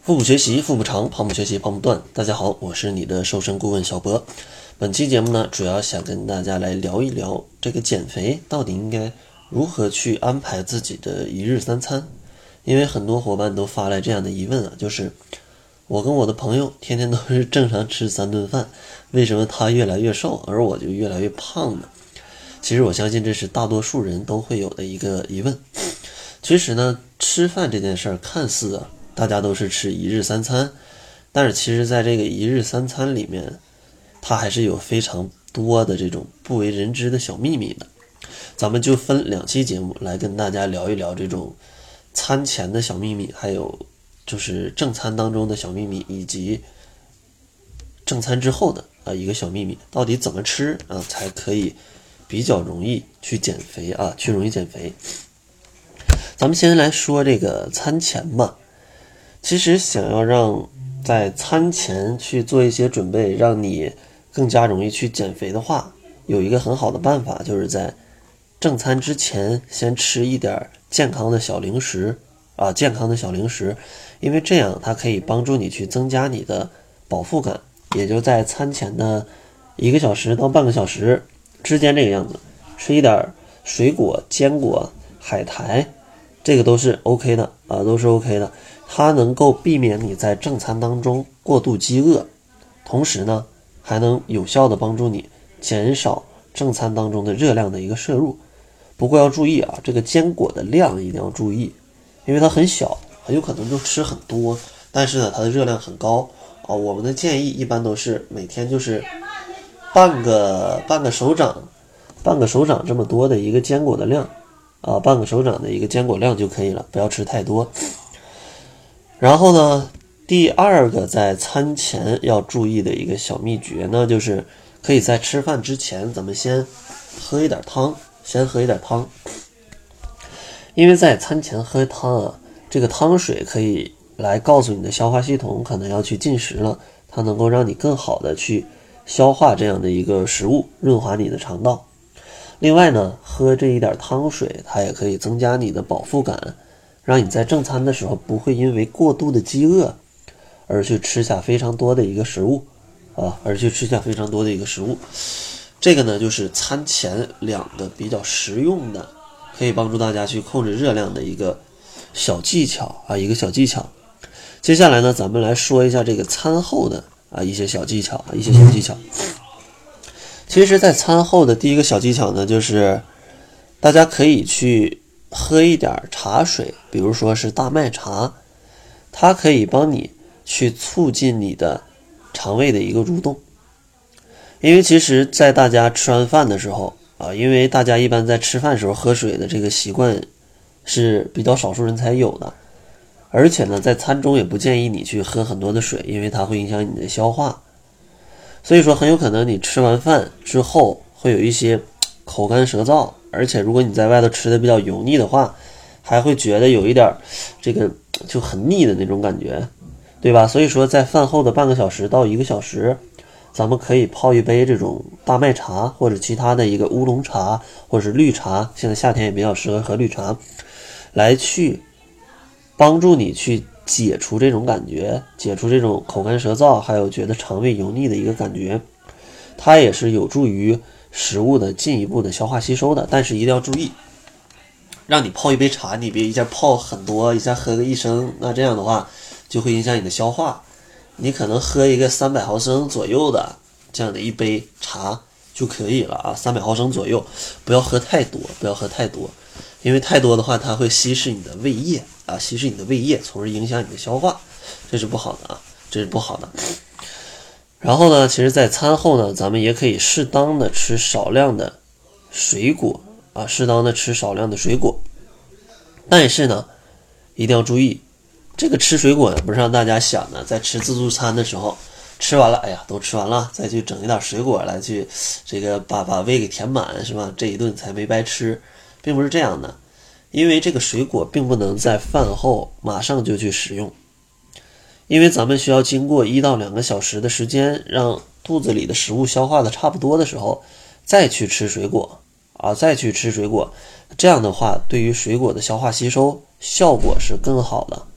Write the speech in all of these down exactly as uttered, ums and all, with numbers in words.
腹部学习腹部长，胖不学习胖不断。大家好，我是你的瘦身顾问小博。本期节目呢，主要想跟大家来聊一聊这个减肥到底应该如何去安排自己的一日三餐。因为很多伙伴都发来这样的疑问啊，就是我跟我的朋友天天都是正常吃三顿饭，为什么他越来越瘦，而我就越来越胖呢？其实我相信这是大多数人都会有的一个疑问。其实呢，吃饭这件事儿看似啊，大家都是吃一日三餐，但是其实在这个一日三餐里面，它还是有非常多的这种不为人知的小秘密的。咱们就分两期节目来跟大家聊一聊这种餐前的小秘密，还有就是正餐当中的小秘密，以及正餐之后的啊一个小秘密，到底怎么吃啊才可以比较容易去减肥啊，去容易减肥。咱们先来说这个餐前吧。其实想要让在餐前去做一些准备，让你更加容易去减肥的话，有一个很好的办法，就是在正餐之前先吃一点健康的小零食啊，健康的小零食，因为这样它可以帮助你去增加你的饱腹感，也就在餐前的一个小时到半个小时之间这个样子，吃一点水果、坚果、海苔，这个都是 OK 的啊，都是 OK 的。它能够避免你在正餐当中过度饥饿，同时呢，还能有效的帮助你减少正餐当中的热量的一个摄入。不过要注意啊，这个坚果的量一定要注意，因为它很小，很有可能就吃很多，但是呢，它的热量很高啊。我们的建议一般都是每天就是半个半个手掌，半个手掌这么多的一个坚果的量啊，半个手掌的一个坚果量就可以了，不要吃太多。然后呢，第二个在餐前要注意的一个小秘诀呢，就是可以在吃饭之前，咱们先喝一点汤，先喝一点汤。因为在餐前喝汤啊，这个汤水可以来告诉你的消化系统可能要去进食了，它能够让你更好的去消化这样的一个食物，润滑你的肠道。另外呢，喝这一点汤水，它也可以增加你的饱腹感，让你在正餐的时候不会因为过度的饥饿而去吃下非常多的一个食物啊，而去吃下非常多的一个食物。这个呢，就是餐前两个比较实用的，可以帮助大家去控制热量的一个小技巧啊，一个小技巧。接下来呢，咱们来说一下这个餐后的啊一些小技巧啊，一些小技巧。其实，在餐后的第一个小技巧呢，就是大家可以去喝一点茶水，比如说是大麦茶，它可以帮你去促进你的肠胃的一个蠕动。因为其实在大家吃完饭的时候啊，因为大家一般在吃饭时候喝水的这个习惯是比较少数人才有的，而且呢，在餐中也不建议你去喝很多的水，因为它会影响你的消化。所以说很有可能你吃完饭之后会有一些口干舌燥，而且如果你在外头吃的比较油腻的话，还会觉得有一点这个就很腻的那种感觉，对吧？所以说在饭后的半个小时到一个小时，咱们可以泡一杯这种大麦茶，或者其他的一个乌龙茶，或者是绿茶，现在夏天也比较适合喝绿茶，来去帮助你去解除这种感觉，解除这种口干舌燥，还有觉得肠胃油腻的一个感觉。它也是有助于食物的进一步的消化吸收的，但是一定要注意，让你泡一杯茶，你别一下泡很多，一下喝个一升，那这样的话就会影响你的消化。你可能喝一个三百毫升左右的这样的一杯茶就可以了啊，三百毫升左右，不要喝太多，不要喝太多，因为太多的话它会稀释你的胃液啊，稀释你的胃液，从而影响你的消化，这是不好的啊，这是不好的。然后呢，其实在餐后呢，咱们也可以适当的吃少量的水果啊，适当的吃少量的水果。但是呢，一定要注意，这个吃水果呢，不是让大家想的，在吃自助餐的时候，吃完了，哎呀，都吃完了，再去整一点水果来去这个把把胃给填满，是吧？这一顿才没白吃，并不是这样的。因为这个水果并不能在饭后马上就去食用，因为咱们需要经过一到两个小时的时间，让肚子里的食物消化的差不多的时候，再去吃水果啊，再去吃水果，这样的话，对于水果的消化吸收效果是更好的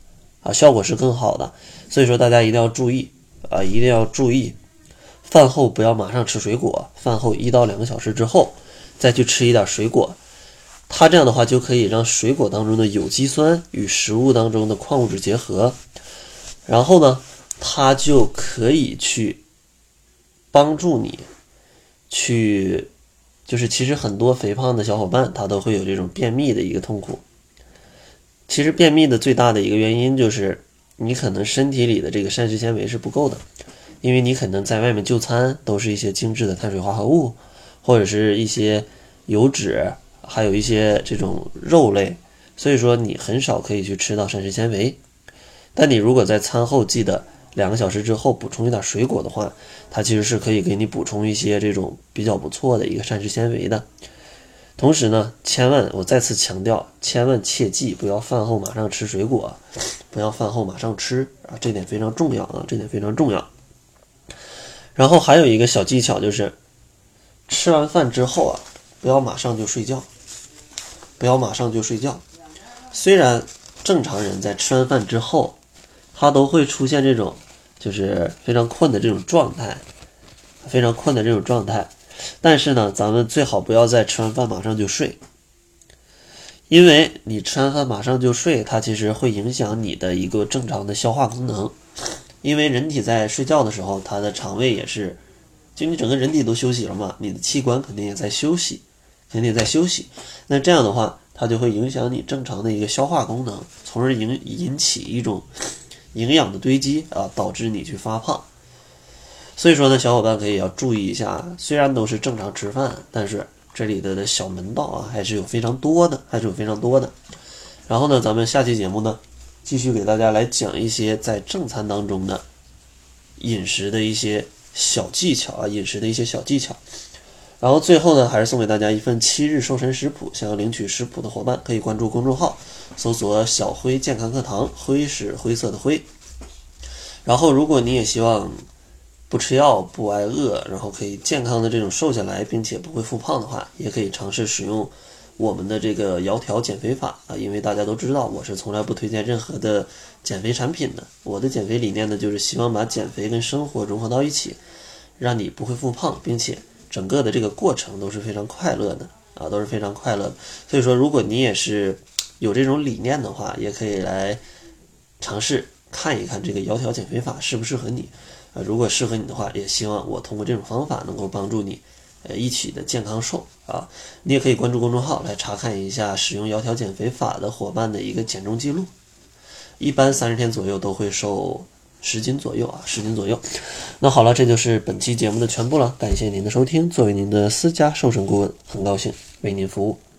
啊，效果是更好的。所以说大家一定要注意啊，一定要注意，饭后不要马上吃水果，饭后一到两个小时之后再去吃一点水果，它这样的话就可以让水果当中的有机酸与食物当中的矿物质结合，然后呢，它就可以去帮助你去，就是其实很多肥胖的小伙伴他都会有这种便秘的一个痛苦。其实便秘的最大的一个原因就是你可能身体里的这个膳食纤维是不够的，因为你可能在外面就餐都是一些精致的碳水化合物，或者是一些油脂，还有一些这种肉类，所以说你很少可以去吃到膳食纤维。但你如果在餐后记得两个小时之后补充一点水果的话，它其实是可以给你补充一些这种比较不错的一个膳食纤维的。同时呢，千万我再次强调，千万切记不要饭后马上吃水果，不要饭后马上吃啊，这点非常重要啊，这点非常重要。然后还有一个小技巧就是，吃完饭之后啊，不要马上就睡觉，不要马上就睡觉。虽然正常人在吃完饭之后，他都会出现这种就是非常困的这种状态，非常困的这种状态。但是呢，咱们最好不要在吃完饭马上就睡，因为你吃完饭马上就睡，它其实会影响你的一个正常的消化功能。因为人体在睡觉的时候，它的肠胃也是，就你整个人体都休息了嘛，你的器官肯定也在休息，肯定也在休息。那这样的话，它就会影响你正常的一个消化功能，从而引引起一种营养的堆积啊，导致你去发胖。所以说呢，小伙伴可以要注意一下，虽然都是正常吃饭，但是这里的小门道啊，还是有非常多的，还是有非常多的。然后呢，咱们下期节目呢，继续给大家来讲一些在正餐当中的饮食的一些小技巧啊，饮食的一些小技巧。然后最后呢，还是送给大家一份七日瘦身食谱，想要领取食谱的伙伴可以关注公众号，搜索小辉健康课堂，辉是灰色的灰。然后如果你也希望不吃药不挨饿，然后可以健康的这种瘦下来，并且不会复胖的话，也可以尝试使用我们的这个窈窕减肥法啊。因为大家都知道，我是从来不推荐任何的减肥产品的。我的减肥理念呢，就是希望把减肥跟生活融合到一起，让你不会复胖，并且整个的这个过程都是非常快乐的啊，都是非常快乐的。所以说，如果你也是有这种理念的话，也可以来尝试看一看这个窈窕减肥法适不适合你。呃，如果适合你的话，也希望我通过这种方法能够帮助你，呃，一起的健康瘦啊。你也可以关注公众号来查看一下使用窈窕减肥法的伙伴的一个减重记录，一般三十天左右都会瘦十斤左右啊，十斤左右。那好了，这就是本期节目的全部了，感谢您的收听。作为您的私家瘦身顾问，很高兴为您服务。